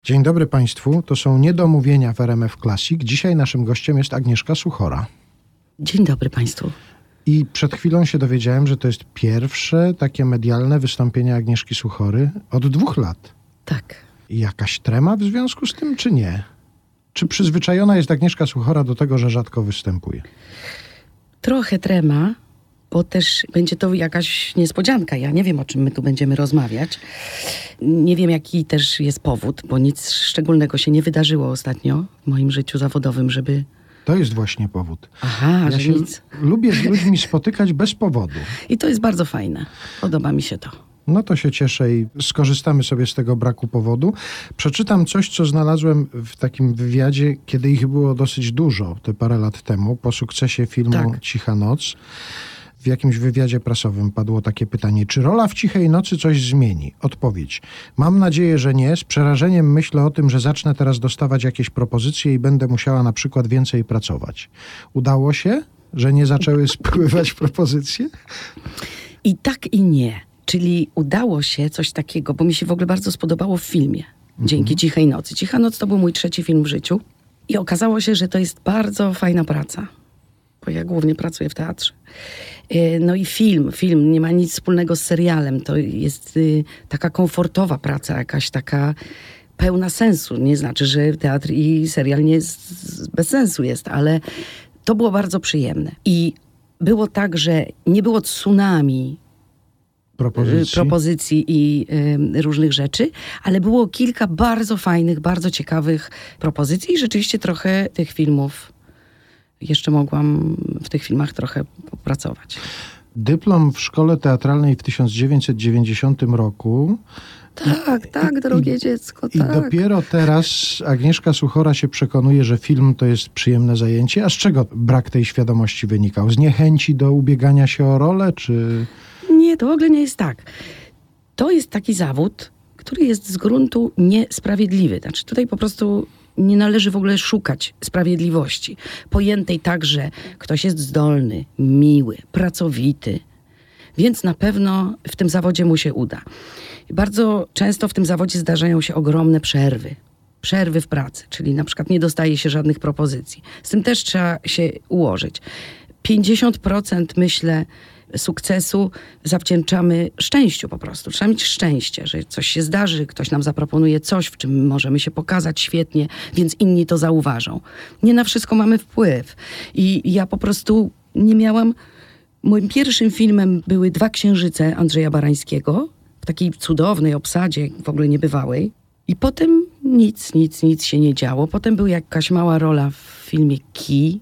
Dzień dobry Państwu, to są Niedomówienia w RMF Classic. Dzisiaj naszym gościem jest Agnieszka Suchora. Dzień dobry Państwu. I przed chwilą się dowiedziałem, że to jest pierwsze takie medialne wystąpienie Agnieszki Suchory od 2 lat. Tak. I jakaś trema w związku z tym, czy nie? Czy przyzwyczajona jest Agnieszka Suchora do tego, że rzadko występuje? Trochę trema, bo też będzie to jakaś niespodzianka. Ja nie wiem, o czym my tu będziemy rozmawiać. Nie wiem, jaki też jest powód, bo nic szczególnego się nie wydarzyło ostatnio w moim życiu zawodowym, żeby... To jest właśnie powód. Aha, ja że się nic. lubię z ludźmi spotykać bez powodu. I to jest bardzo fajne. Podoba mi się to. No to się cieszę i skorzystamy sobie z tego braku powodu. Przeczytam coś, co znalazłem w takim wywiadzie, kiedy ich było dosyć dużo, te parę lat temu, po sukcesie filmu Tak. Cicha noc. W jakimś wywiadzie prasowym padło takie pytanie, czy rola w Cichej nocy coś zmieni? Odpowiedź. Mam nadzieję, że nie. Z przerażeniem myślę o tym, że zacznę teraz dostawać jakieś propozycje i będę musiała na przykład więcej pracować. Udało się, że nie zaczęły spływać propozycje? I tak i nie. Czyli udało się coś takiego, bo mi się w ogóle bardzo spodobało w filmie. Dzięki Cichej nocy. Cicha noc to był mój 3. film w życiu. I okazało się, że to jest bardzo fajna praca. Bo ja głównie pracuję w teatrze. No i film nie ma nic wspólnego z serialem. To jest taka komfortowa praca, jakaś taka pełna sensu. Nie znaczy, że teatr i serial nie jest, bez sensu jest, ale to było bardzo przyjemne. I było tak, że nie było tsunami propozycji i różnych rzeczy, ale było kilka bardzo fajnych, bardzo ciekawych propozycji i rzeczywiście trochę tych filmów jeszcze mogłam w tych filmach trochę popracować. Dyplom w szkole teatralnej w 1990 roku. Tak, drogie dziecko, I tak. dopiero teraz Agnieszka Suchora się przekonuje, że film to jest przyjemne zajęcie. A z czego brak tej świadomości wynikał? Z niechęci do ubiegania się o rolę, czy... Nie, to w ogóle nie jest tak. To jest taki zawód, który jest z gruntu niesprawiedliwy. Znaczy tutaj po prostu nie należy w ogóle szukać sprawiedliwości. Pojętej tak, że ktoś jest zdolny, miły, pracowity, więc na pewno w tym zawodzie mu się uda. Bardzo często w tym zawodzie zdarzają się ogromne przerwy. Przerwy w pracy, czyli na przykład nie dostaje się żadnych propozycji. Z tym też trzeba się ułożyć. 50% myślę sukcesu zawdzięczamy szczęściu po prostu. Trzeba mieć szczęście, że coś się zdarzy, ktoś nam zaproponuje coś, w czym możemy się pokazać świetnie, więc inni to zauważą. Nie na wszystko mamy wpływ. I ja po prostu nie miałam... Moim pierwszym filmem były 2 księżyce Andrzeja Barańskiego w takiej cudownej obsadzie, w ogóle niebywałej. I potem nic się nie działo. Potem była jakaś mała rola w filmie Kij.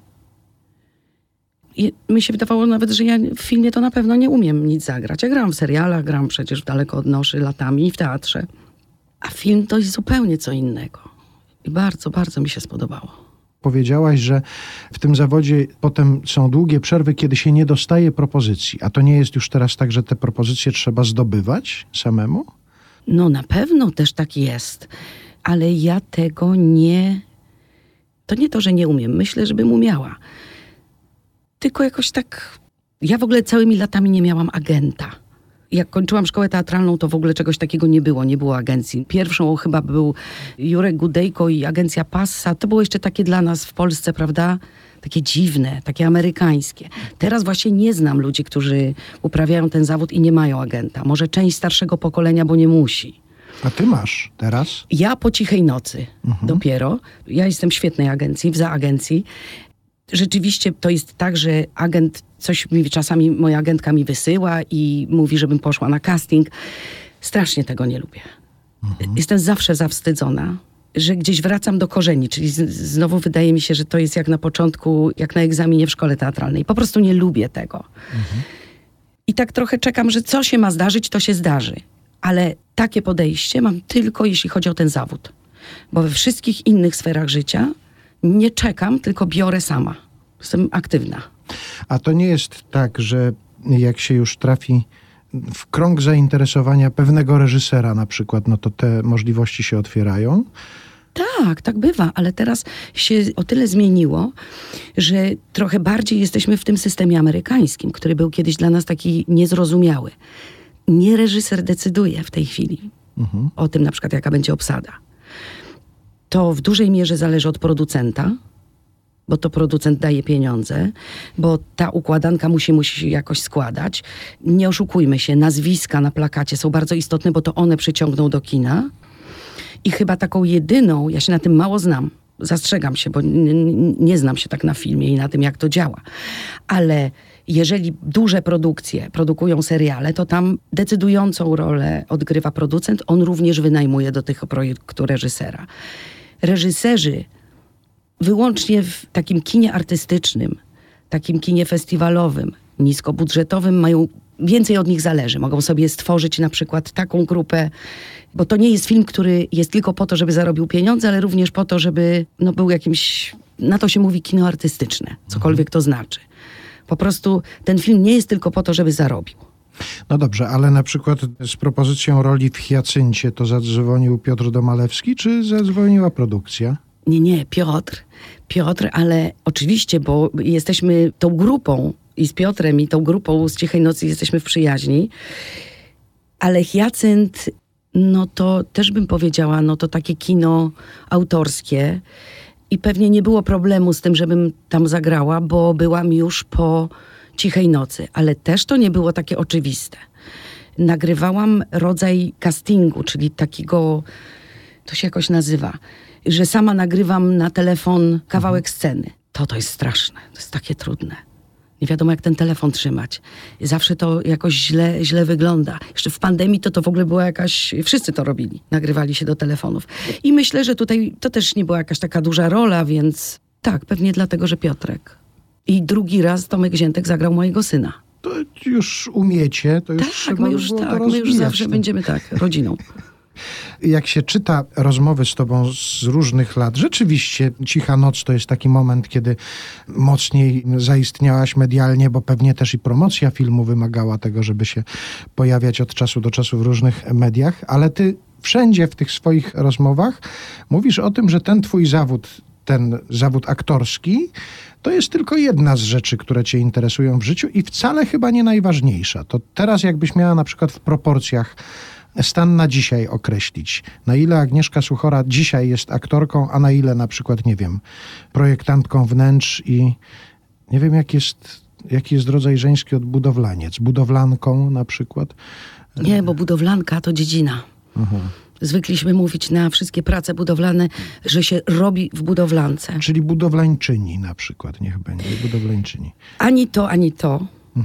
I mi się wydawało nawet, że ja w filmie to na pewno nie umiem nic zagrać. Ja grałam w serialach, grałam przecież w Daleko od noszy latami i w teatrze. A film to jest zupełnie co innego. I bardzo, bardzo mi się spodobało. Powiedziałaś, że w tym zawodzie potem są długie przerwy, kiedy się nie dostaje propozycji. A to nie jest już teraz tak, że te propozycje trzeba zdobywać samemu? No na pewno też tak jest. Ale ja tego nie... To nie to, że nie umiem. Myślę, żebym umiała. Tylko jakoś tak... Ja w ogóle całymi latami nie miałam agenta. Jak kończyłam szkołę teatralną, to w ogóle czegoś takiego nie było. Nie było agencji. Pierwszą chyba był Jurek Gudejko i agencja Passa. To było jeszcze takie dla nas w Polsce, prawda? Takie dziwne, takie amerykańskie. Teraz właśnie nie znam ludzi, którzy uprawiają ten zawód i nie mają agenta. Może część starszego pokolenia, bo nie musi. A ty masz teraz? Ja po Cichej nocy dopiero. Ja jestem w świetnej agencji, w zaagencji. Rzeczywiście to jest tak, że agent, coś mi czasami moja agentka mi wysyła i mówi, żebym poszła na casting. Strasznie tego nie lubię. Jestem zawsze zawstydzona, że gdzieś wracam do korzeni, czyli znowu wydaje mi się, że to jest jak na początku, jak na egzaminie w szkole teatralnej. Po prostu nie lubię tego. I tak trochę czekam, że co się ma zdarzyć, to się zdarzy. Ale takie podejście mam tylko, jeśli chodzi o ten zawód. Bo we wszystkich innych sferach życia nie czekam, tylko biorę sama. Jestem aktywna. A to nie jest tak, że jak się już trafi w krąg zainteresowania pewnego reżysera na przykład, no to te możliwości się otwierają? Tak bywa, ale teraz się o tyle zmieniło, że trochę bardziej jesteśmy w tym systemie amerykańskim, który był kiedyś dla nas taki niezrozumiały. Nie reżyser decyduje w tej chwili o tym na przykład, jaka będzie obsada. to w dużej mierze zależy od producenta, bo to producent daje pieniądze, bo ta układanka musi się jakoś składać. Nie oszukujmy się, nazwiska na plakacie są bardzo istotne, bo to one przyciągną do kina. I chyba taką jedyną, ja się na tym mało znam, zastrzegam się, bo nie znam się tak na filmie i na tym, jak to działa. Ale jeżeli duże produkcje produkują seriale, to tam decydującą rolę odgrywa producent. On również wynajmuje do tych projektu reżysera. Reżyserzy wyłącznie w takim kinie artystycznym, takim kinie festiwalowym, niskobudżetowym mają więcej od nich zależy. Mogą sobie stworzyć na przykład taką grupę, bo to nie jest film, który jest tylko po to, żeby zarobił pieniądze, ale również po to, żeby był jakimś, na to się mówi kino artystyczne, cokolwiek to znaczy. Po prostu ten film nie jest tylko po to, żeby zarobił. No dobrze, ale na przykład z propozycją roli w Hiacyncie to zadzwonił Piotr Domalewski, czy zadzwoniła produkcja? Nie, Piotr, ale oczywiście, bo jesteśmy tą grupą i z Piotrem i tą grupą z Cichej Nocy jesteśmy w przyjaźni, ale Hyacynt, no to też bym powiedziała, no to takie kino autorskie i pewnie nie było problemu z tym, żebym tam zagrała, bo byłam już po Cichej Nocy, ale też to nie było takie oczywiste. Nagrywałam rodzaj castingu, czyli takiego, to się jakoś nazywa, że sama nagrywam na telefon kawałek sceny. To jest straszne, to jest takie trudne. Nie wiadomo, jak ten telefon trzymać. I zawsze to jakoś źle wygląda. Jeszcze w pandemii to w ogóle była jakaś... Wszyscy to robili. Nagrywali się do telefonów. I myślę, że tutaj to też nie była jakaś taka duża rola, więc tak, pewnie dlatego, że Piotrek. I drugi raz Tomek Ziętek zagrał mojego syna. To już umiecie, to już tak, trzeba my już, było tak, to my już zawsze to. będziemy rodziną. Jak się czyta rozmowy z tobą z różnych lat, rzeczywiście Cicha Noc to jest taki moment, kiedy mocniej zaistniałaś medialnie, bo pewnie też i promocja filmu wymagała tego, żeby się pojawiać od czasu do czasu w różnych mediach, ale ty wszędzie w tych swoich rozmowach mówisz o tym, że ten twój zawód, ten zawód aktorski, to jest tylko jedna z rzeczy, które cię interesują w życiu i wcale chyba nie najważniejsza. To teraz jakbyś miała na przykład w proporcjach stan na dzisiaj określić. Na ile Agnieszka Suchora dzisiaj jest aktorką, a na ile na przykład, nie wiem, projektantką wnętrz i nie wiem, jaki jest rodzaj żeński od budowlaniec. Budowlanką na przykład. Nie, bo budowlanka to dziedzina. Zwykliśmy mówić na wszystkie prace budowlane, że się robi w budowlance. Czyli budowlańczyni na przykład, niech będzie budowlańczyni. Ani to.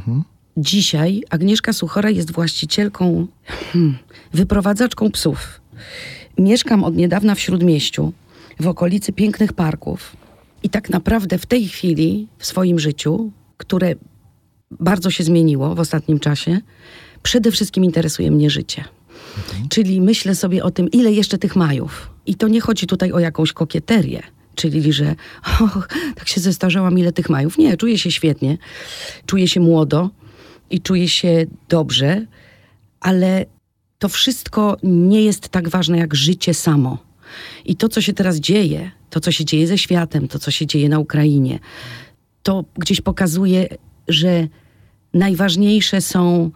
Dzisiaj Agnieszka Suchora jest właścicielką, wyprowadzaczką psów. Mieszkam od niedawna w Śródmieściu, w okolicy pięknych parków. I tak naprawdę w tej chwili w swoim życiu, które bardzo się zmieniło w ostatnim czasie, przede wszystkim interesuje mnie życie. Czyli myślę sobie o tym, ile jeszcze tych majów. I to nie chodzi tutaj o jakąś kokieterię, czyli że tak się zestarzałam, ile tych majów. Nie, czuję się świetnie, czuję się młodo i czuję się dobrze, ale to wszystko nie jest tak ważne jak życie samo. I to, co się teraz dzieje, to, co się dzieje ze światem, to, co się dzieje na Ukrainie, to gdzieś pokazuje, że najważniejsze są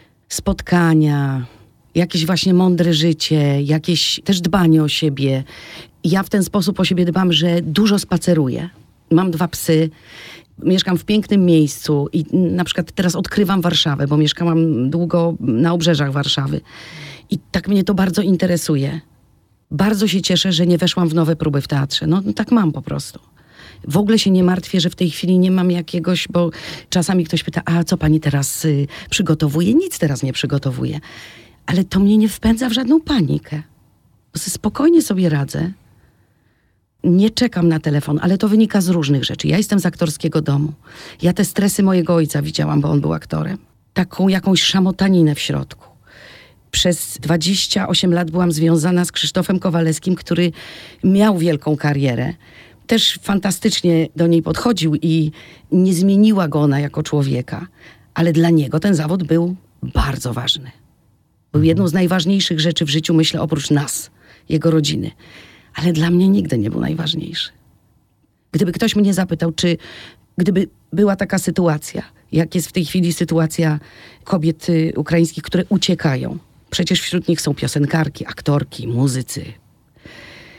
spotkania, jakieś właśnie mądre życie, jakieś też dbanie o siebie. Ja w ten sposób o siebie dbam, że dużo spaceruję. Mam 2 psy, mieszkam w pięknym miejscu i na przykład teraz odkrywam Warszawę, bo mieszkałam długo na obrzeżach Warszawy. I tak mnie to bardzo interesuje. Bardzo się cieszę, że nie weszłam w nowe próby w teatrze. No tak mam po prostu. W ogóle się nie martwię, że w tej chwili nie mam jakiegoś, bo czasami ktoś pyta, a co pani teraz przygotowuje? Nic teraz nie przygotowuję. Ale to mnie nie wpędza w żadną panikę. Bo spokojnie sobie radzę. Nie czekam na telefon, ale to wynika z różnych rzeczy. Ja jestem z aktorskiego domu. Ja te stresy mojego ojca widziałam, bo on był aktorem. Taką jakąś szamotaninę w środku. Przez 28 lat byłam związana z Krzysztofem Kowalewskim, który miał wielką karierę. Też fantastycznie do niej podchodził i nie zmieniła go ona jako człowieka. Ale dla niego ten zawód był bardzo ważny. Był jedną z najważniejszych rzeczy w życiu, myślę, oprócz nas, jego rodziny. Ale dla mnie nigdy nie był najważniejszy. Gdyby ktoś mnie zapytał, czy gdyby była taka sytuacja, jak jest w tej chwili sytuacja kobiet ukraińskich, które uciekają. Przecież wśród nich są piosenkarki, aktorki, muzycy.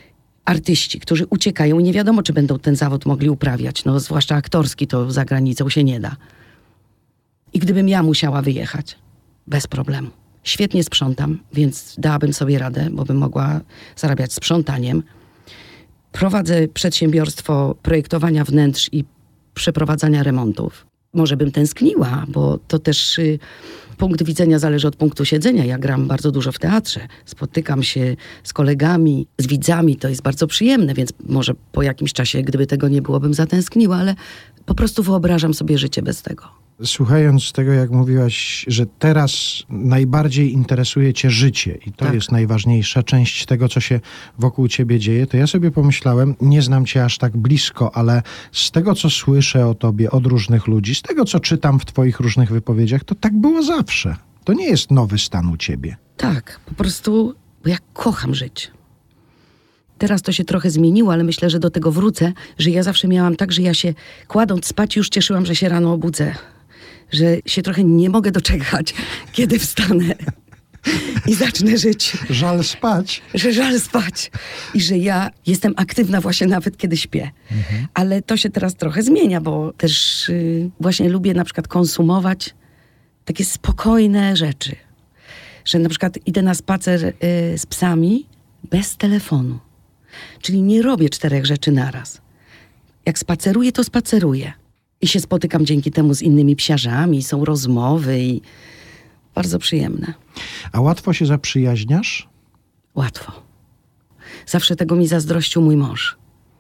artyści, którzy uciekają i nie wiadomo, czy będą ten zawód mogli uprawiać. No, zwłaszcza aktorski, to za granicą się nie da. I gdybym ja musiała wyjechać, bez problemu. Świetnie sprzątam, więc dałabym sobie radę, bo bym mogła zarabiać sprzątaniem. Prowadzę przedsiębiorstwo projektowania wnętrz i przeprowadzania remontów. Może bym tęskniła, bo to też punkt widzenia zależy od punktu siedzenia. Ja gram bardzo dużo w teatrze. Spotykam się z kolegami, z widzami. To jest bardzo przyjemne, więc może po jakimś czasie, gdyby tego nie było, bym zatęskniła, ale po prostu wyobrażam sobie życie bez tego. Słuchając tego, jak mówiłaś, że teraz najbardziej interesuje cię życie i to jest najważniejsza część tego, co się wokół ciebie dzieje, to ja sobie pomyślałem, nie znam cię aż tak blisko, ale z tego, co słyszę o tobie od różnych ludzi, z tego, co czytam w twoich różnych wypowiedziach, to tak było zawsze. To nie jest nowy stan u ciebie. Tak, po prostu, bo ja kocham żyć. Teraz to się trochę zmieniło, ale myślę, że do tego wrócę, że ja zawsze miałam tak, że ja się kładąc spać już cieszyłam, że się rano obudzę. Że się trochę nie mogę doczekać, kiedy wstanę i zacznę żyć. Żal spać. Że żal spać. I że ja jestem aktywna właśnie nawet, kiedy śpię. Ale to się teraz trochę zmienia, bo też właśnie lubię na przykład konsumować takie spokojne rzeczy. Że na przykład idę na spacer z psami bez telefonu. Czyli nie robię 4 rzeczy naraz. Jak spaceruję, to spaceruję. I się spotykam dzięki temu z innymi psiarzami, są rozmowy i bardzo przyjemne. A łatwo się zaprzyjaźniasz? Łatwo. Zawsze tego mi zazdrościł mój mąż.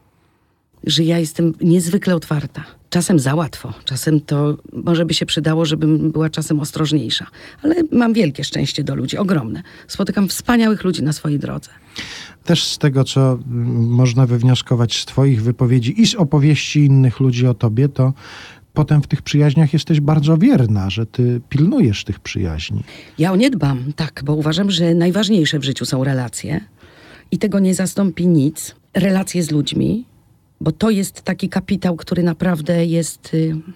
Że ja jestem niezwykle otwarta. Czasem za łatwo. Czasem to może by się przydało, żebym była czasem ostrożniejsza. Ale mam wielkie szczęście do ludzi, ogromne. Spotykam wspaniałych ludzi na swojej drodze. Też z tego, co można wywnioskować z twoich wypowiedzi i z opowieści innych ludzi o tobie, to potem w tych przyjaźniach jesteś bardzo wierna, że ty pilnujesz tych przyjaźni. Ja o nie dbam, tak, bo uważam, że najważniejsze w życiu są relacje i tego nie zastąpi nic. Relacje z ludźmi, bo to jest taki kapitał, który naprawdę jest...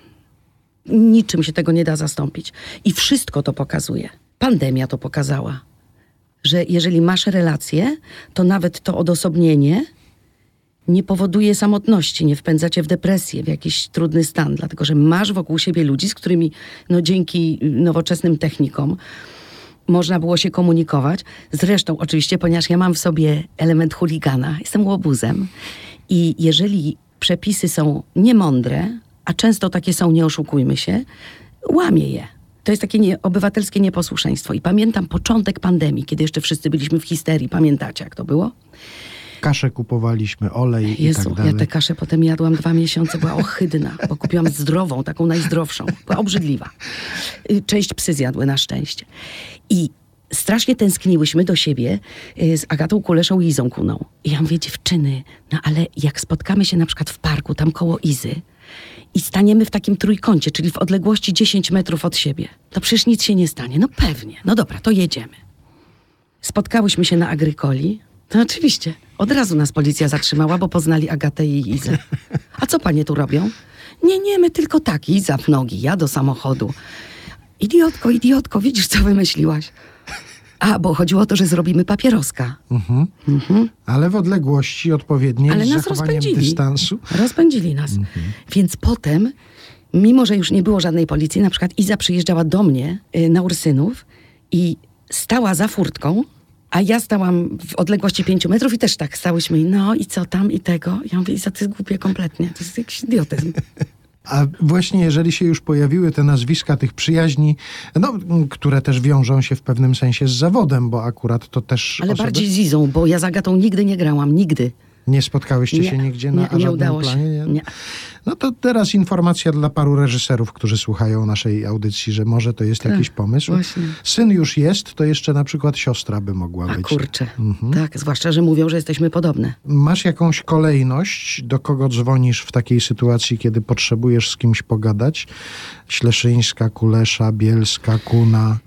niczym się tego nie da zastąpić. I wszystko to pokazuje. Pandemia to pokazała. Że jeżeli masz relacje, to nawet to odosobnienie nie powoduje samotności, nie wpędza cię w depresję, w jakiś trudny stan, dlatego że masz wokół siebie ludzi, z którymi dzięki nowoczesnym technikom można było się komunikować. Zresztą oczywiście, ponieważ ja mam w sobie element chuligana, jestem łobuzem i jeżeli przepisy są niemądre, a często takie są, nie oszukujmy się, łamię je. To jest takie obywatelskie nieposłuszeństwo. I pamiętam początek pandemii, kiedy jeszcze wszyscy byliśmy w histerii. Pamiętacie, jak to było? Kaszę kupowaliśmy, olej Jezu, i tak dalej. ja tę kaszę potem jadłam 2 miesiące, była ohydna, bo kupiłam zdrową, taką najzdrowszą. Była obrzydliwa. Część psy zjadły na szczęście. I strasznie tęskniłyśmy do siebie z Agatą Kuleszą i Izą Kuną. I ja mówię, dziewczyny, ale jak spotkamy się na przykład w parku, tam koło Izy, i staniemy w takim trójkącie, czyli w odległości 10 metrów od siebie, to przecież nic się nie stanie. No pewnie. No dobra, to jedziemy. Spotkałyśmy się na Agrykoli. No oczywiście. Od razu nas policja zatrzymała, bo poznali Agatę i Izę. A co panie tu robią? Nie, my tylko tak. Iza w nogi, ja do samochodu. Idiotko, widzisz, co wymyśliłaś? A, bo chodziło o to, że zrobimy papieroska. Ale w odległości odpowiedniej, ale z nas zachowaniem dystansu. Rozpędzili nas. Więc potem, mimo że już nie było żadnej policji, na przykład Iza przyjeżdżała do mnie na Ursynów i stała za furtką, a ja stałam w odległości 5 metrów i też tak stałyśmy. No i co tam i tego? Ja mówię, Iza, to jest głupie kompletnie. To jest jakiś idiotyzm. A właśnie jeżeli się już pojawiły te nazwiska tych przyjaźni, które też wiążą się w pewnym sensie z zawodem, bo akurat to też Ale bardziej z Izą, bo ja z Agatą nigdy nie grałam, nigdy. Nie spotkałyście się nigdzie na żadnym udało planie? Się. Nie. No to teraz informacja dla paru reżyserów, którzy słuchają naszej audycji, że może to jest jakiś pomysł. Właśnie. Syn już jest, to jeszcze na przykład siostra by mogła być. A kurczę, tak, zwłaszcza, że mówią, że jesteśmy podobne. Masz jakąś kolejność, do kogo dzwonisz w takiej sytuacji, kiedy potrzebujesz z kimś pogadać? Śleszyńska, Kulesza, Bielska, Kuna.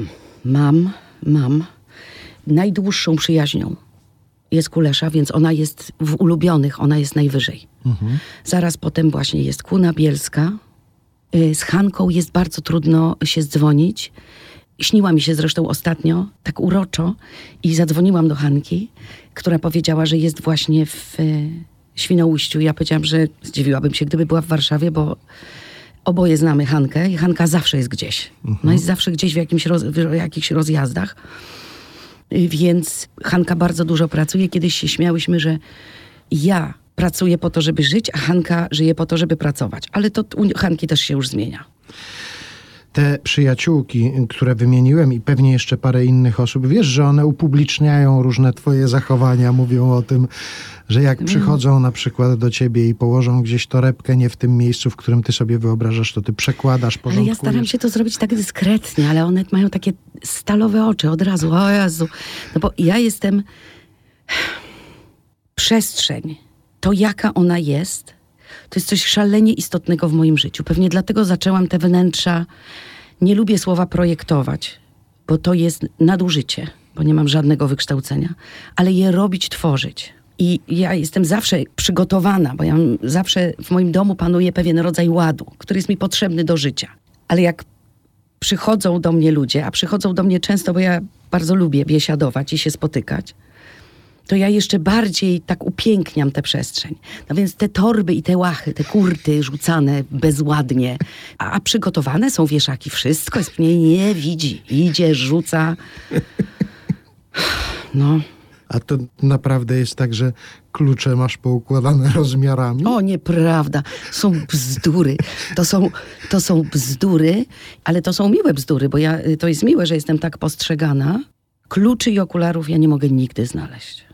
Mam. Najdłuższą przyjaźnią jest Kulesza, więc ona jest w ulubionych, ona jest najwyżej. Zaraz potem właśnie jest Kuna, Bielska. Z Hanką jest bardzo trudno się zdzwonić. Śniła mi się zresztą ostatnio, tak uroczo, i zadzwoniłam do Hanki która powiedziała, że jest właśnie w Świnoujściu. Ja powiedziałam, że zdziwiłabym się, gdyby była w Warszawie, bo oboje znamy Hankę i Hanka zawsze jest gdzieś. No jest zawsze gdzieś w jakichś rozjazdach. Więc Hanka bardzo dużo pracuje. Kiedyś się śmiałyśmy, że ja pracuję po to, żeby żyć, a Hanka żyje po to, żeby pracować. Ale to u Hanki też się już zmienia. Te przyjaciółki, które wymieniłem i pewnie jeszcze parę innych osób, wiesz, że one upubliczniają różne twoje zachowania, mówią o tym, że jak przychodzą na przykład do ciebie i położą gdzieś torebkę nie w tym miejscu, w którym ty sobie wyobrażasz, to ty przekładasz, porządkujesz. Ale ja staram się to zrobić tak dyskretnie, ale one mają takie stalowe oczy od razu. O Jezu. No bo ja jestem... Przestrzeń, to jaka ona jest, to jest coś szalenie istotnego w moim życiu. Pewnie dlatego zaczęłam te wnętrza, nie lubię słowa projektować, bo to jest nadużycie, bo nie mam żadnego wykształcenia, ale je robić, tworzyć. I ja jestem zawsze przygotowana, bo ja zawsze w moim domu panuje pewien rodzaj ładu, który jest mi potrzebny do życia. Ale jak przychodzą do mnie ludzie, a przychodzą do mnie często, bo ja bardzo lubię biesiadować i się spotykać, to ja jeszcze bardziej tak upiękniam tę przestrzeń. No więc te torby i te łachy, te kurty rzucane bezładnie, a przygotowane są wieszaki, wszystko jest, mnie nie widzi. Idzie, rzuca. No. A to naprawdę jest tak, że klucze masz poukładane rozmiarami? O, nieprawda. Są bzdury. To są bzdury, ale to są miłe bzdury, bo to jest miłe, że jestem tak postrzegana. Kluczy i okularów ja nie mogę nigdy znaleźć.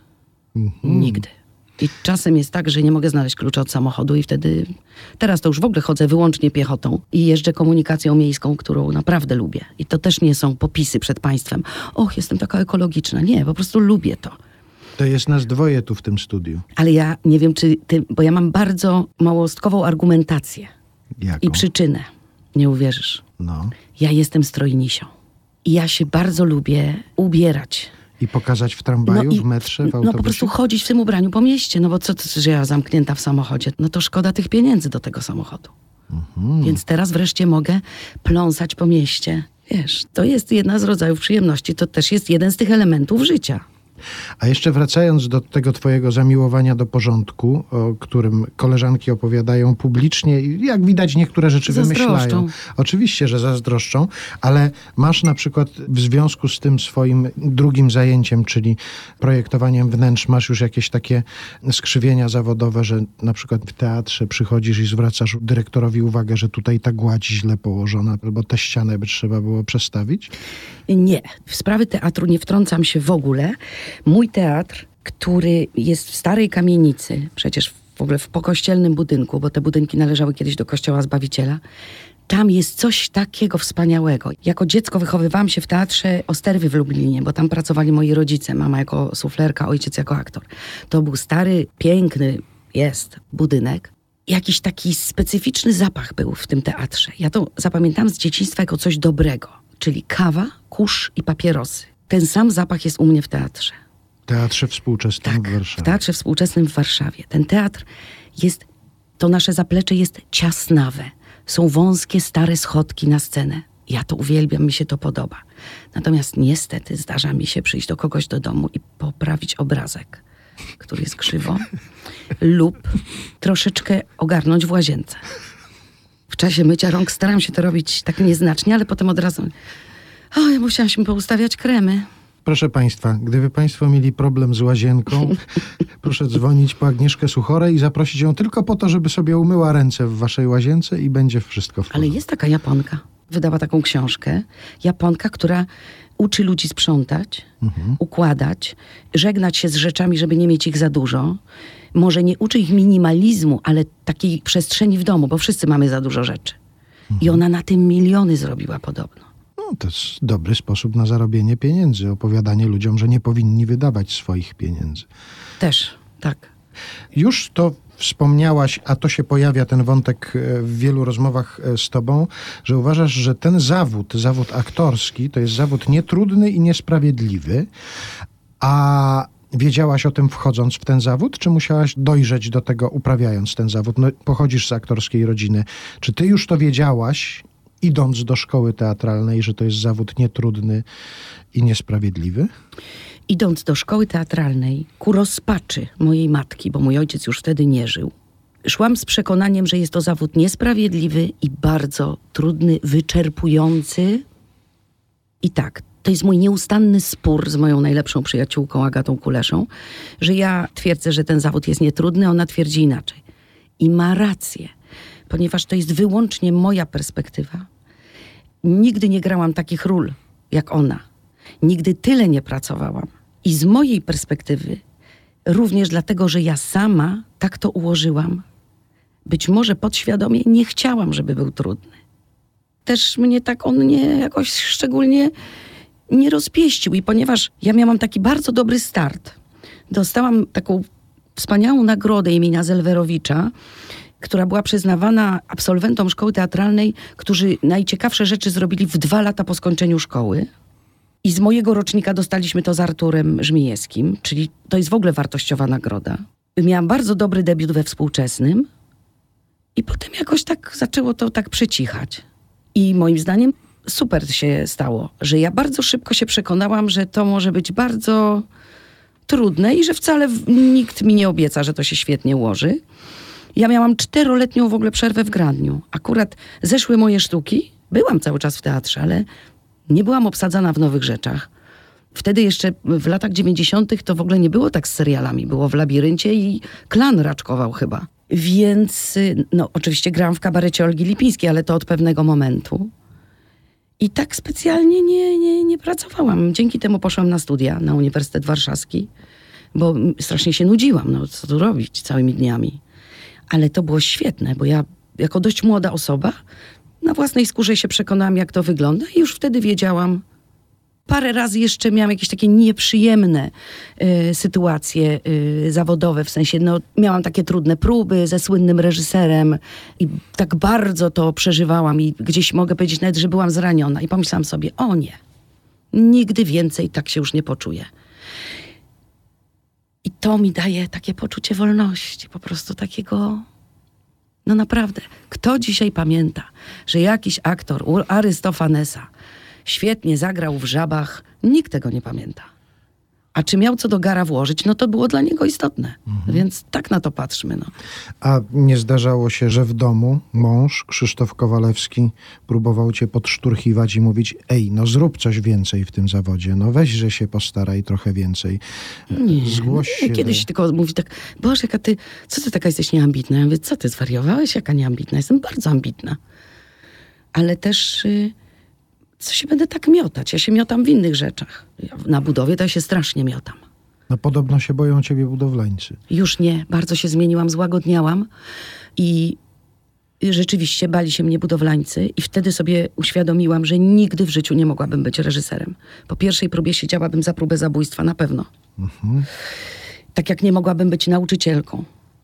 Nigdy. I czasem jest tak, że nie mogę znaleźć klucza od samochodu i wtedy... Teraz to już w ogóle chodzę wyłącznie piechotą i jeżdżę komunikacją miejską, którą naprawdę lubię. I to też nie są popisy przed państwem. Och, jestem taka ekologiczna. Nie, po prostu lubię to. To jest nas dwoje tu w tym studiu. Ale ja nie wiem, czy ty... Bo ja mam bardzo małostkową argumentację. Jaką? I przyczynę. Nie uwierzysz. No. Ja jestem strojnisią. I ja się bardzo lubię ubierać. I pokazać w tramwaju, w metrze, w autobusie? No po prostu chodzić w tym ubraniu po mieście, no bo co, że ja zamknięta w samochodzie? No to szkoda tych pieniędzy do tego samochodu. Więc teraz wreszcie mogę pląsać po mieście. Wiesz, to jest jedna z rodzajów przyjemności, to też jest jeden z tych elementów życia. A jeszcze wracając do tego twojego zamiłowania do porządku, o którym koleżanki opowiadają publicznie i jak widać niektóre rzeczy wymyślają. Oczywiście, że zazdroszczą, ale masz na przykład w związku z tym swoim drugim zajęciem, czyli projektowaniem wnętrz, masz już jakieś takie skrzywienia zawodowe, że na przykład w teatrze przychodzisz i zwracasz dyrektorowi uwagę, że tutaj ta gładź źle położona, albo tę ścianę by trzeba było przestawić? Nie, w sprawy teatru nie wtrącam się w ogóle. Mój teatr, który jest w starej kamienicy, przecież w ogóle w pokościelnym budynku, bo te budynki należały kiedyś do Kościoła Zbawiciela, tam jest coś takiego wspaniałego. Jako dziecko wychowywałam się w Teatrze Osterwy w Lublinie, bo tam pracowali moi rodzice, mama jako suflerka, ojciec jako aktor. To był stary, piękny, jest budynek. Jakiś taki specyficzny zapach był w tym teatrze. Ja to zapamiętałam z dzieciństwa jako coś dobrego, czyli kawa, kurz i papierosy. Ten sam zapach jest u mnie w teatrze. Teatrze Współczesnym w Warszawie. W Teatrze Współczesnym w Warszawie. Ten teatr jest, to nasze zaplecze jest ciasnawe. Są wąskie, stare schodki na scenę. Ja to uwielbiam, mi się to podoba. Natomiast niestety zdarza mi się przyjść do kogoś do domu i poprawić obrazek, który jest krzywo, lub troszeczkę ogarnąć w łazience. W czasie mycia rąk staram się to robić tak nieznacznie, ale potem od razu... ja musiałaś mi poustawiać kremy. Proszę państwa, gdyby państwo mieli problem z łazienką, proszę dzwonić po Agnieszkę Suchorę i zaprosić ją tylko po to, żeby sobie umyła ręce w waszej łazience i będzie wszystko w porządku. Ale jest taka Japonka. Wydała taką książkę. Japonka, która uczy ludzi sprzątać, układać, żegnać się z rzeczami, żeby nie mieć ich za dużo. Może nie uczy ich minimalizmu, ale takiej przestrzeni w domu, bo wszyscy mamy za dużo rzeczy. I ona na tym miliony zrobiła podobno. No, to jest dobry sposób na zarobienie pieniędzy. Opowiadanie ludziom, że nie powinni wydawać swoich pieniędzy. Też, tak. Już to wspomniałaś, a to się pojawia, ten wątek w wielu rozmowach z tobą, że uważasz, że ten zawód aktorski, to jest zawód nietrudny i niesprawiedliwy, a wiedziałaś o tym wchodząc w ten zawód, czy musiałaś dojrzeć do tego uprawiając ten zawód? No, pochodzisz z aktorskiej rodziny. Czy ty już to wiedziałaś, idąc do szkoły teatralnej, że to jest zawód nietrudny i niesprawiedliwy? idąc do szkoły teatralnej, ku rozpaczy mojej matki, bo mój ojciec już wtedy nie żył, szłam z przekonaniem, że jest to zawód niesprawiedliwy i bardzo trudny, wyczerpujący. I tak, to jest mój nieustanny spór z moją najlepszą przyjaciółką Agatą Kuleszą, że ja twierdzę, że ten zawód jest nietrudny, ona twierdzi inaczej. I ma rację, ponieważ to jest wyłącznie moja perspektywa. Nigdy nie grałam takich ról jak ona. Nigdy tyle nie pracowałam. I z mojej perspektywy, również dlatego, że ja sama tak to ułożyłam, być może podświadomie nie chciałam, żeby był trudny. Też mnie tak on nie jakoś szczególnie nie rozpieścił. I ponieważ ja miałam taki bardzo dobry start, dostałam taką wspaniałą nagrodę imienia Zelwerowicza, która była przyznawana absolwentom szkoły teatralnej, którzy najciekawsze rzeczy zrobili w 2 lata po skończeniu szkoły. I z mojego rocznika dostaliśmy to z Arturem Żmijewskim, czyli to jest w ogóle wartościowa nagroda. Miałam bardzo dobry debiut we współczesnym i potem jakoś tak zaczęło to tak przycichać. I moim zdaniem super się stało, że ja bardzo szybko się przekonałam, że to może być bardzo trudne i że wcale nikt mi nie obieca, że to się świetnie ułoży. Ja miałam 4-letnią w ogóle przerwę w graniu. Akurat zeszły moje sztuki, byłam cały czas w teatrze, ale nie byłam obsadzana w nowych rzeczach. Wtedy jeszcze w latach 90. to w ogóle nie było tak z serialami. Było w Labiryncie i Klan raczkował chyba. Więc, no oczywiście grałam w kabarecie Olgi Lipińskiej, ale to od pewnego momentu. I tak specjalnie nie pracowałam. Dzięki temu poszłam na studia na Uniwersytet Warszawski, bo strasznie się nudziłam. No co tu robić całymi dniami. Ale to było świetne, bo ja jako dość młoda osoba na własnej skórze się przekonałam, jak to wygląda i już wtedy wiedziałam. Parę razy jeszcze miałam jakieś takie nieprzyjemne sytuacje zawodowe, w sensie miałam takie trudne próby ze słynnym reżyserem i tak bardzo to przeżywałam i gdzieś mogę powiedzieć nawet, że byłam zraniona i pomyślałam sobie, o nie, nigdy więcej tak się już nie poczuję. I to mi daje takie poczucie wolności, po prostu takiego, no naprawdę. Kto dzisiaj pamięta, że jakiś aktor Arystofanesa świetnie zagrał w Żabach, nikt tego nie pamięta. A czy miał co do gara włożyć, no to było dla niego istotne. Więc tak na to patrzmy. No. A nie zdarzało się, że w domu mąż, Krzysztof Kowalewski, próbował cię podszturchiwać i mówić, ej, no zrób coś więcej w tym zawodzie, no weź, że się postaraj trochę więcej. Zgłoś się. Kiedyś tylko mówi tak, Boże, jaka ty, co ty taka jesteś nieambitna? Ja mówię, co ty zwariowałeś? Jaka nieambitna? Jestem bardzo ambitna. Ale też... co się będę tak miotać? Ja się miotam w innych rzeczach. Na budowie to ja się strasznie miotam. No podobno się boją ciebie budowlańcy. Już nie. Bardzo się zmieniłam, złagodniałam i rzeczywiście bali się mnie budowlańcy i wtedy sobie uświadomiłam, że nigdy w życiu nie mogłabym być reżyserem. Po pierwszej próbie siedziałabym za próbę zabójstwa, na pewno. Tak jak nie mogłabym być nauczycielką.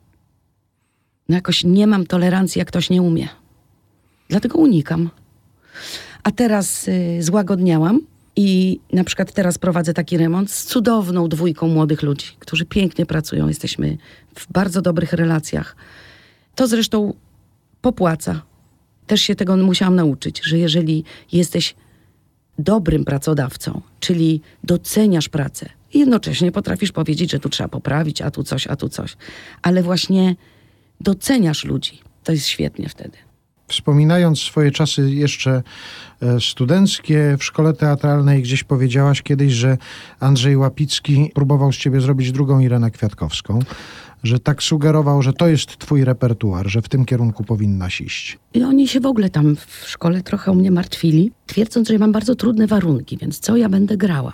No jakoś nie mam tolerancji, jak ktoś nie umie. Dlatego unikam. A teraz złagodniałam i na przykład teraz prowadzę taki remont z cudowną 2 młodych ludzi, którzy pięknie pracują. Jesteśmy w bardzo dobrych relacjach. To zresztą popłaca. Też się tego musiałam nauczyć, że jeżeli jesteś dobrym pracodawcą, czyli doceniasz pracę i jednocześnie potrafisz powiedzieć, że tu trzeba poprawić, a tu coś, ale właśnie doceniasz ludzi. To jest świetnie wtedy. Wspominając swoje czasy jeszcze studenckie w szkole teatralnej, gdzieś powiedziałaś kiedyś, że Andrzej Łapicki próbował z ciebie zrobić drugą Irenę Kwiatkowską, że tak sugerował, że to jest twój repertuar, że w tym kierunku powinnaś iść. I oni się w ogóle tam w szkole trochę o mnie martwili, twierdząc, że mam bardzo trudne warunki, więc co ja będę grała?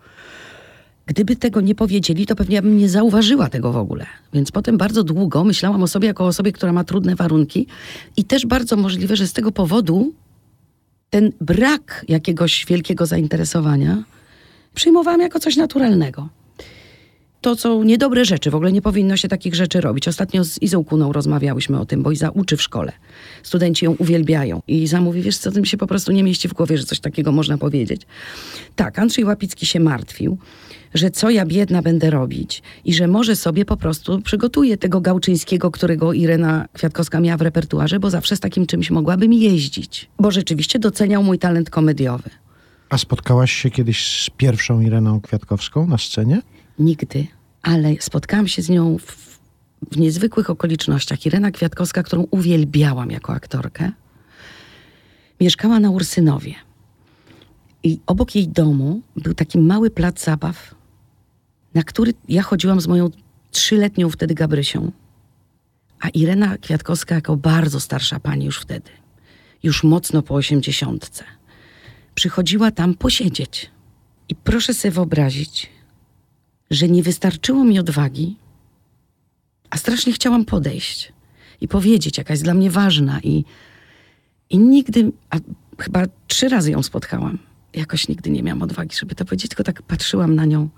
Gdyby tego nie powiedzieli, to pewnie ja bym nie zauważyła tego w ogóle. Więc potem bardzo długo myślałam o sobie jako o osobie, która ma trudne warunki i też bardzo możliwe, że z tego powodu ten brak jakiegoś wielkiego zainteresowania przyjmowałam jako coś naturalnego. To są niedobre rzeczy, w ogóle nie powinno się takich rzeczy robić. Ostatnio z Izą Kuną rozmawiałyśmy o tym, bo Iza uczy w szkole. Studenci ją uwielbiają. I Iza mówi, wiesz co, tym się po prostu nie mieści w głowie, że coś takiego można powiedzieć. Tak, Andrzej Łapicki się martwił, że co ja biedna będę robić i że może sobie po prostu przygotuję tego Gałczyńskiego, którego Irena Kwiatkowska miała w repertuarze, bo zawsze z takim czymś mogłabym jeździć. Bo rzeczywiście doceniał mój talent komediowy. A spotkałaś się kiedyś z pierwszą Ireną Kwiatkowską na scenie? Nigdy, ale spotkałam się z nią w niezwykłych okolicznościach. Irena Kwiatkowska, którą uwielbiałam jako aktorkę, mieszkała na Ursynowie. I obok jej domu był taki mały plac zabaw, na który ja chodziłam z moją 3-letnią wtedy Gabrysią. A Irena Kwiatkowska jako bardzo starsza pani już wtedy, już mocno po 80, przychodziła tam posiedzieć. I proszę sobie wyobrazić, że nie wystarczyło mi odwagi, a strasznie chciałam podejść i powiedzieć, jaka jest dla mnie ważna. I nigdy, a chyba 3 razy ją spotkałam, jakoś nigdy nie miałam odwagi, żeby to powiedzieć, tylko tak patrzyłam na nią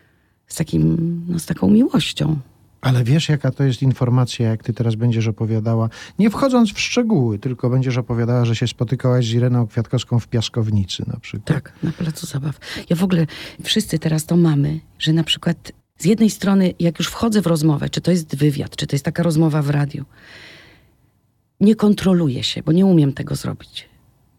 z taką miłością. Ale wiesz, jaka to jest informacja, jak ty teraz będziesz opowiadała, nie wchodząc w szczegóły, tylko będziesz opowiadała, że się spotykałaś z Ireną Kwiatkowską w Piaskownicy na przykład. Tak, na placu zabaw. Ja w ogóle, wszyscy teraz to mamy, że na przykład z jednej strony, jak już wchodzę w rozmowę, czy to jest wywiad, czy to jest taka rozmowa w radiu, nie kontroluję się, bo nie umiem tego zrobić.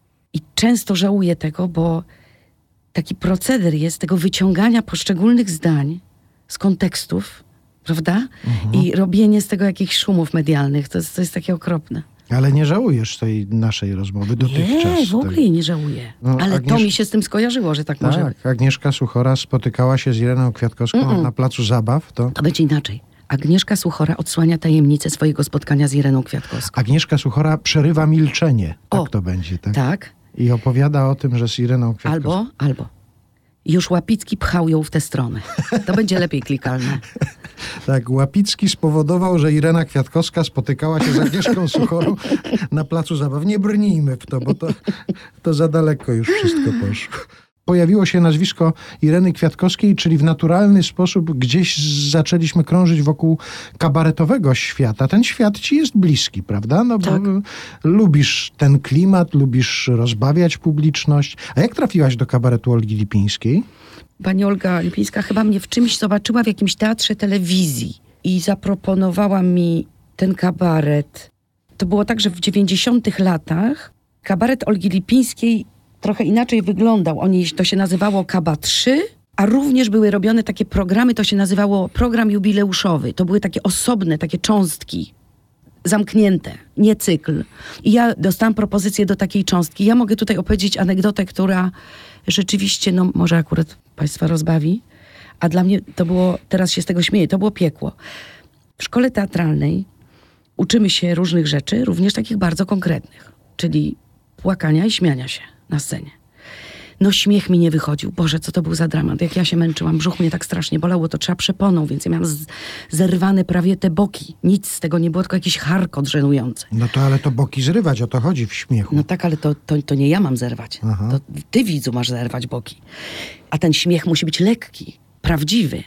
I często żałuję tego, bo taki proceder jest tego wyciągania poszczególnych zdań z kontekstów, prawda? I robienie z tego jakichś szumów medialnych. To jest takie okropne. Ale nie żałujesz tej naszej rozmowy dotychczas. Nie, w ogóle jej nie żałuję. No, ale to mi się z tym skojarzyło, że tak może. Tak, Agnieszka Suchora spotykała się z Ireną Kwiatkowską na placu zabaw. To będzie inaczej. Agnieszka Suchora odsłania tajemnicę swojego spotkania z Ireną Kwiatkowską. Agnieszka Suchora przerywa milczenie. Tak to będzie, tak? Tak. I opowiada o tym, że z Ireną Kwiatkowską... Albo. Już Łapicki pchał ją w tę stronę. To będzie lepiej klikalne. Tak, Łapicki spowodował, że Irena Kwiatkowska spotykała się z Agnieszką Suchorą na placu zabaw. Nie brnijmy w to, bo to za daleko już wszystko poszło. Pojawiło się nazwisko Ireny Kwiatkowskiej, czyli w naturalny sposób gdzieś zaczęliśmy krążyć wokół kabaretowego świata. Ten świat ci jest bliski, prawda? No bo tak. Lubisz ten klimat, lubisz rozbawiać publiczność. A jak trafiłaś do kabaretu Olgi Lipińskiej? Pani Olga Lipińska chyba mnie w czymś zobaczyła w jakimś teatrze telewizji i zaproponowała mi ten kabaret. To było tak, że w 90 latach kabaret Olgi Lipińskiej trochę inaczej wyglądał. To się nazywało Kaba 3, a również były robione takie programy, to się nazywało program jubileuszowy. To były takie osobne, takie cząstki, zamknięte, nie cykl. I ja dostałam propozycję do takiej cząstki. Ja mogę tutaj opowiedzieć anegdotę, która rzeczywiście, może akurat państwa rozbawi, a dla mnie to było, teraz się z tego śmieję, to było piekło. W szkole teatralnej uczymy się różnych rzeczy, również takich bardzo konkretnych, czyli płakania i śmiania się na scenie. Śmiech mi nie wychodził. Boże, co to był za dramat. Jak ja się męczyłam, brzuch mnie tak strasznie bolało, to trzeba przeponą, więc ja miałam zerwane prawie te boki. Nic z tego nie było, tylko jakiś charkot żenujący. Ale to boki zrywać, o to chodzi w śmiechu. Tak, ale to nie ja mam zerwać. Aha. To ty, widzu, masz zerwać boki. A ten śmiech musi być lekki, prawdziwy.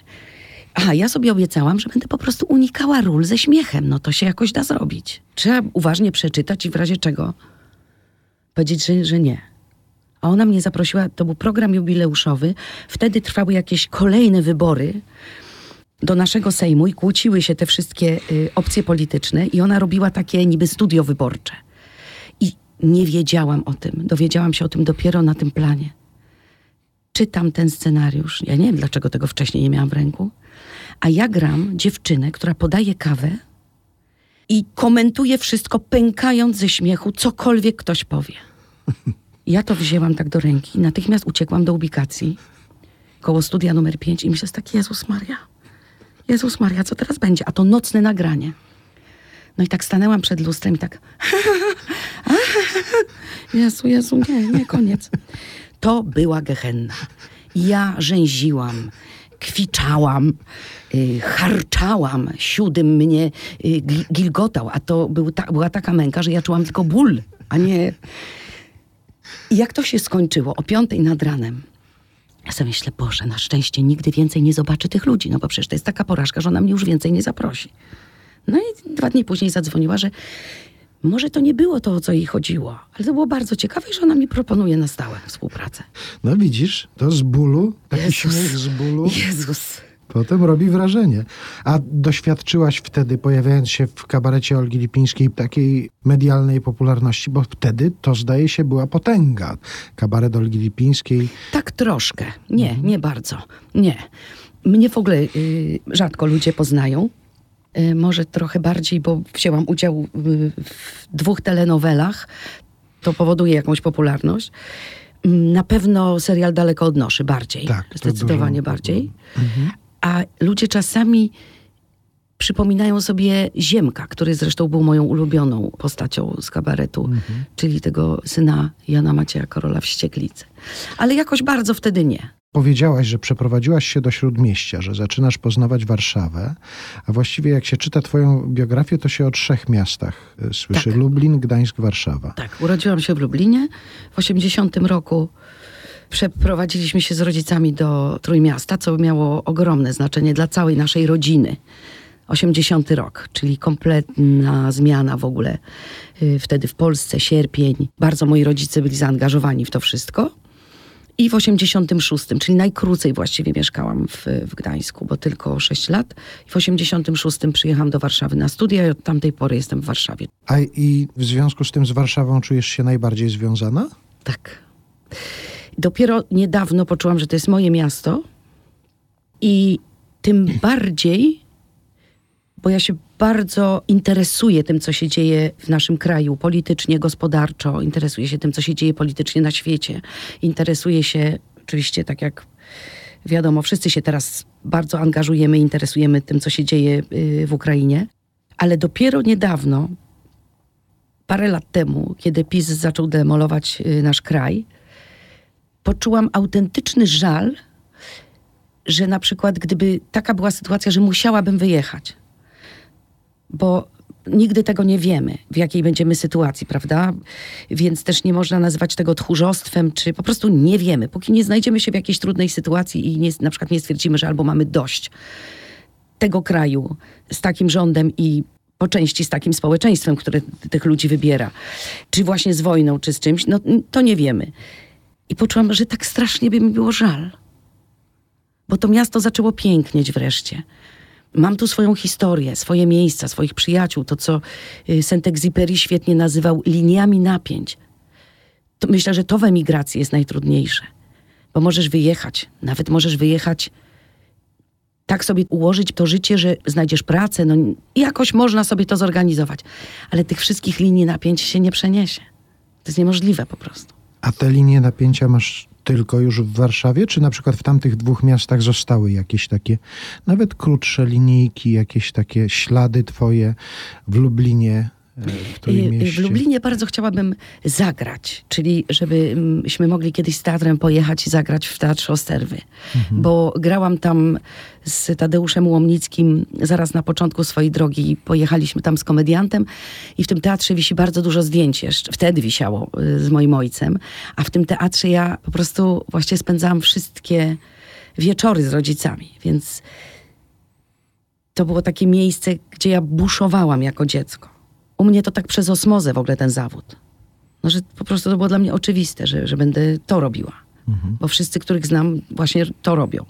Ja sobie obiecałam, że będę po prostu unikała ról ze śmiechem. To się jakoś da zrobić. Trzeba uważnie przeczytać i w razie czego powiedzieć, że nie. A ona mnie zaprosiła, to był program jubileuszowy. Wtedy trwały jakieś kolejne wybory do naszego Sejmu i kłóciły się te wszystkie opcje polityczne i ona robiła takie niby studio wyborcze. I nie wiedziałam o tym. Dowiedziałam się o tym dopiero na tym planie. Czytam ten scenariusz. Ja nie wiem, dlaczego tego wcześniej nie miałam w ręku. A ja gram dziewczynę, która podaje kawę i komentuje wszystko, pękając ze śmiechu, cokolwiek ktoś powie. Ja to wzięłam tak do ręki. Natychmiast uciekłam do ubikacji koło studia numer 5 i myślę tak, Jezus Maria, co teraz będzie? A to nocne nagranie. I tak stanęłam przed lustrem i tak Jezu, nie, koniec. To była gehenna. Ja rzęziłam, kwiczałam, charczałam, siódym mnie gilgotał, a to była taka męka, że ja czułam tylko ból, a nie... I jak to się skończyło, o 5 nad ranem, ja sobie myślę, Boże, na szczęście nigdy więcej nie zobaczy tych ludzi, bo przecież to jest taka porażka, że ona mnie już więcej nie zaprosi. I 2 dni później zadzwoniła, że może to nie było to, o co jej chodziło, ale to było bardzo ciekawe, że ona mi proponuje na stałe współpracę. Widzisz, to z bólu, taki śmiech z bólu. Jezus. Potem robi wrażenie. A doświadczyłaś wtedy, pojawiając się w kabarecie Olgi Lipińskiej, takiej medialnej popularności, bo wtedy to, zdaje się, była potęga. Kabaret Olgi Lipińskiej. Tak troszkę. Nie bardzo. Nie. Mnie w ogóle rzadko ludzie poznają. Może trochę bardziej, bo wzięłam udział w 2 telenowelach. To powoduje jakąś popularność. Na pewno serial Daleko od Noszy bardziej. Tak, zdecydowanie bardziej. A ludzie czasami przypominają sobie Ziemka, który zresztą był moją ulubioną postacią z kabaretu, czyli tego syna Jana Macieja Korola Wścieklicy. Ale jakoś bardzo wtedy nie. Powiedziałaś, że przeprowadziłaś się do Śródmieścia, że zaczynasz poznawać Warszawę, a właściwie jak się czyta twoją biografię, to się o 3 miastach słyszy. Tak. Lublin, Gdańsk, Warszawa. Tak, urodziłam się w Lublinie. W 80 roku przeprowadziliśmy się z rodzicami do Trójmiasta, co miało ogromne znaczenie dla całej naszej rodziny. 80 rok, czyli kompletna zmiana w ogóle. Wtedy w Polsce, sierpień. Bardzo moi rodzice byli zaangażowani w to wszystko. I w 86, czyli najkrócej właściwie mieszkałam w Gdańsku, bo tylko 6 lat. I w 86 przyjechałam do Warszawy na studia i od tamtej pory jestem w Warszawie. A i w związku z tym z Warszawą czujesz się najbardziej związana? Tak. Dopiero niedawno poczułam, że to jest moje miasto i tym bardziej, bo ja się bardzo interesuję tym, co się dzieje w naszym kraju politycznie, gospodarczo. Interesuję się tym, co się dzieje politycznie na świecie. Interesuję się, oczywiście tak jak wiadomo, wszyscy się teraz bardzo angażujemy, interesujemy tym, co się dzieje w Ukrainie. Ale dopiero niedawno, parę lat temu, kiedy PiS zaczął demolować nasz kraj, poczułam autentyczny żal, że na przykład gdyby taka była sytuacja, że musiałabym wyjechać, bo nigdy tego nie wiemy, w jakiej będziemy sytuacji, prawda? Więc też nie można nazywać tego tchórzostwem, czy po prostu nie wiemy. Póki nie znajdziemy się w jakiejś trudnej sytuacji i na przykład nie stwierdzimy, że albo mamy dość tego kraju z takim rządem i po części z takim społeczeństwem, które tych ludzi wybiera, czy właśnie z wojną, czy z czymś, no to nie wiemy. I poczułam, że tak strasznie by mi było żal. Bo to miasto zaczęło pięknieć wreszcie. Mam tu swoją historię, swoje miejsca, swoich przyjaciół, to co Saint-Exupéry świetnie nazywał liniami napięć. To myślę, że to w emigracji jest najtrudniejsze. Bo możesz wyjechać, nawet możesz wyjechać, tak sobie ułożyć to życie, że znajdziesz pracę, no jakoś można sobie to zorganizować. Ale tych wszystkich linii napięć się nie przeniesie. To jest niemożliwe po prostu. A te linie napięcia masz tylko już w Warszawie, czy na przykład w tamtych 2 miastach zostały jakieś takie, nawet krótsze linijki, jakieś takie ślady twoje w Lublinie, w Trójmieście? W Lublinie bardzo chciałabym zagrać, czyli żebyśmy mogli kiedyś z teatrem pojechać i zagrać w Teatrze Osterwy. Bo grałam tam z Tadeuszem Łomnickim zaraz na początku swojej drogi. Pojechaliśmy tam z komediantem i w tym teatrze wisi bardzo dużo zdjęć jeszcze. Wtedy wisiało z moim ojcem. A w tym teatrze ja po prostu właśnie spędzałam wszystkie wieczory z rodzicami. Więc to było takie miejsce, gdzie ja buszowałam jako dziecko. U mnie to tak przez osmozę w ogóle ten zawód. No, że po prostu to było dla mnie oczywiste, że będę to robiła. Bo wszyscy, których znam, właśnie to robią.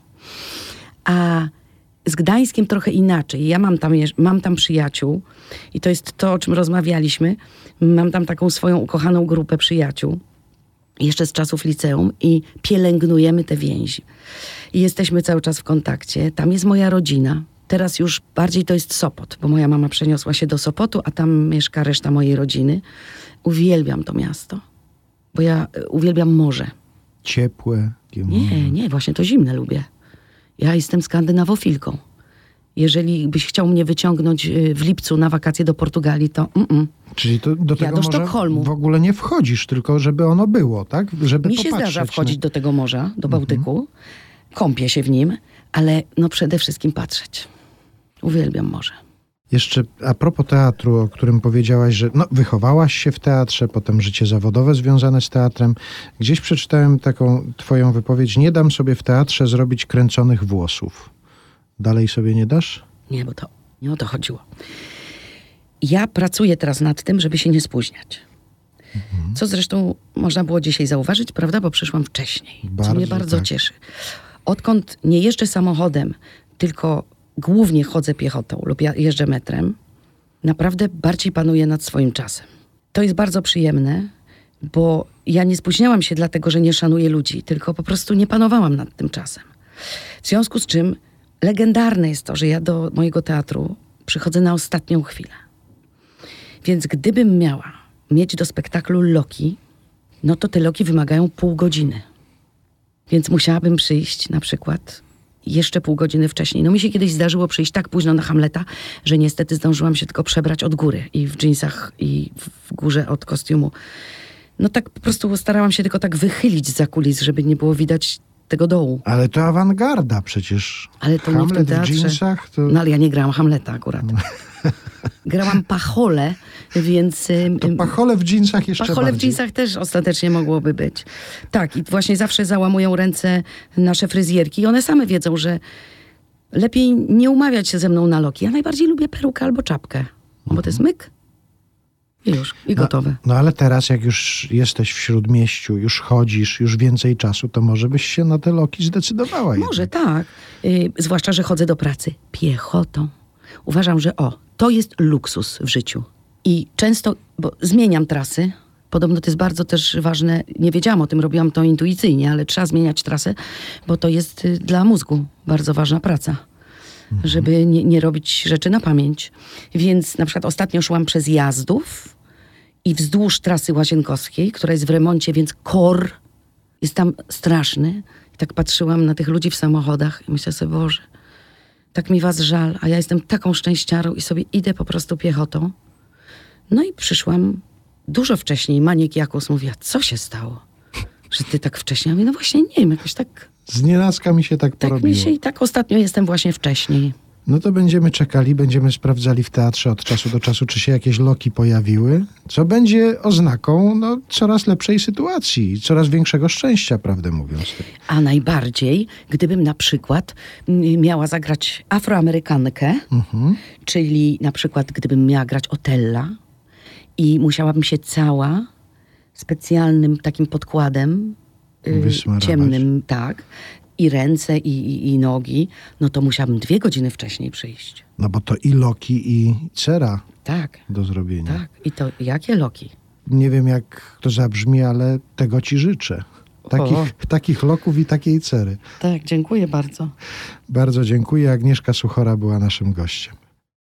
A z Gdańskiem trochę inaczej. Ja mam tam przyjaciół i to jest to, o czym rozmawialiśmy. Mam tam taką swoją ukochaną grupę przyjaciół, jeszcze z czasów liceum i pielęgnujemy te więzi. I jesteśmy cały czas w kontakcie. Tam jest moja rodzina. Teraz już bardziej to jest Sopot, bo moja mama przeniosła się do Sopotu, a tam mieszka reszta mojej rodziny. Uwielbiam to miasto, bo ja uwielbiam morze. Ciepłe. Nie, właśnie to zimne lubię. Ja jestem skandynawofilką. Jeżeli byś chciał mnie wyciągnąć w lipcu na wakacje do Portugalii, to Czyli to do tego do morza Sztokholmu. w ogóle nie wchodzisz, tylko żeby ono było, tak? Żeby mi się popatrzeć zdarza wchodzić do tego morza, do Bałtyku. Kąpię się w nim, ale przede wszystkim patrzeć. Uwielbiam morze. Jeszcze a propos teatru, o którym powiedziałaś, że wychowałaś się w teatrze, potem życie zawodowe związane z teatrem. Gdzieś przeczytałem taką twoją wypowiedź: nie dam sobie w teatrze zrobić kręconych włosów. Dalej sobie nie dasz? Nie, bo to nie o to chodziło. Ja pracuję teraz nad tym, żeby się nie spóźniać. Co zresztą można było dzisiaj zauważyć, prawda? Bo przyszłam wcześniej, co mnie bardzo cieszy. Odkąd nie jeżdżę samochodem, tylko głównie chodzę piechotą lub jeżdżę metrem, naprawdę bardziej panuję nad swoim czasem. To jest bardzo przyjemne, bo ja nie spóźniałam się dlatego, że nie szanuję ludzi, tylko po prostu nie panowałam nad tym czasem. W związku z czym legendarne jest to, że ja do mojego teatru przychodzę na ostatnią chwilę. Więc gdybym miała mieć do spektaklu loki, no to te loki wymagają pół godziny. Więc musiałabym przyjść na przykład jeszcze pół godziny wcześniej. No mi się kiedyś zdarzyło przyjść tak późno na Hamleta, że niestety zdążyłam się tylko przebrać od góry i w dżinsach i w górze od kostiumu. No tak po prostu starałam się tylko tak wychylić za kulis, żeby nie było widać tego dołu. Ale to awangarda przecież. Ale to nie w tym Hamlet w teatrze. dżinsach to... No ale ja nie grałam Hamleta akurat. Grałam Pacholę, więc... To Pachole w dżinsach jeszcze Pachole w bardziej. dżinsach też ostatecznie mogłoby być. Tak, i właśnie zawsze załamują ręce nasze fryzjerki i one same wiedzą, że lepiej nie umawiać się ze mną na loki. Ja najbardziej lubię perukę albo czapkę, bo to jest myk i już, i gotowe. No ale teraz jak już jesteś w Śródmieściu, już chodzisz, już więcej czasu, to może byś się na te loki zdecydowała. Może tak, zwłaszcza, że chodzę do pracy piechotą. Uważam, że to jest luksus w życiu. I często, bo zmieniam trasy, podobno to jest bardzo też ważne, nie wiedziałam o tym, robiłam to intuicyjnie, ale trzeba zmieniać trasę, bo to jest dla mózgu bardzo ważna praca, żeby nie robić rzeczy na pamięć. Więc na przykład ostatnio szłam przez Jazdów i wzdłuż trasy Łazienkowskiej, która jest w remoncie, więc kor jest tam straszny. I tak patrzyłam na tych ludzi w samochodach i myślę sobie, Boże, tak mi was żal, a ja jestem taką szczęściarą i sobie idę po prostu piechotą. No i przyszłam dużo wcześniej. Maniek Jakus mówi, a co się stało? Że ty tak wcześnie? Ja mówię, no właśnie nie wiem, jakoś tak Znienacka mi się tak porobiło. mi się i tak ostatnio jestem właśnie wcześniej. No to będziemy czekali, będziemy sprawdzali w teatrze od czasu do czasu, czy się jakieś loki pojawiły, co będzie oznaką coraz lepszej sytuacji, coraz większego szczęścia, prawdę mówiąc. A najbardziej, gdybym na przykład miała zagrać Afroamerykankę, czyli na przykład gdybym miała grać Otella i musiałabym się cała specjalnym takim podkładem Wysmarować. ciemnym, tak, i ręce, i nogi, no to musiałabym 2 godziny wcześniej przyjść. No bo to i loki, i cera Tak, do zrobienia. tak. I to jakie loki? Nie wiem, jak to zabrzmi, ale tego ci życzę. Takich loków i takiej cery. Tak, dziękuję bardzo. Bardzo dziękuję. Agnieszka Suchora była naszym gościem.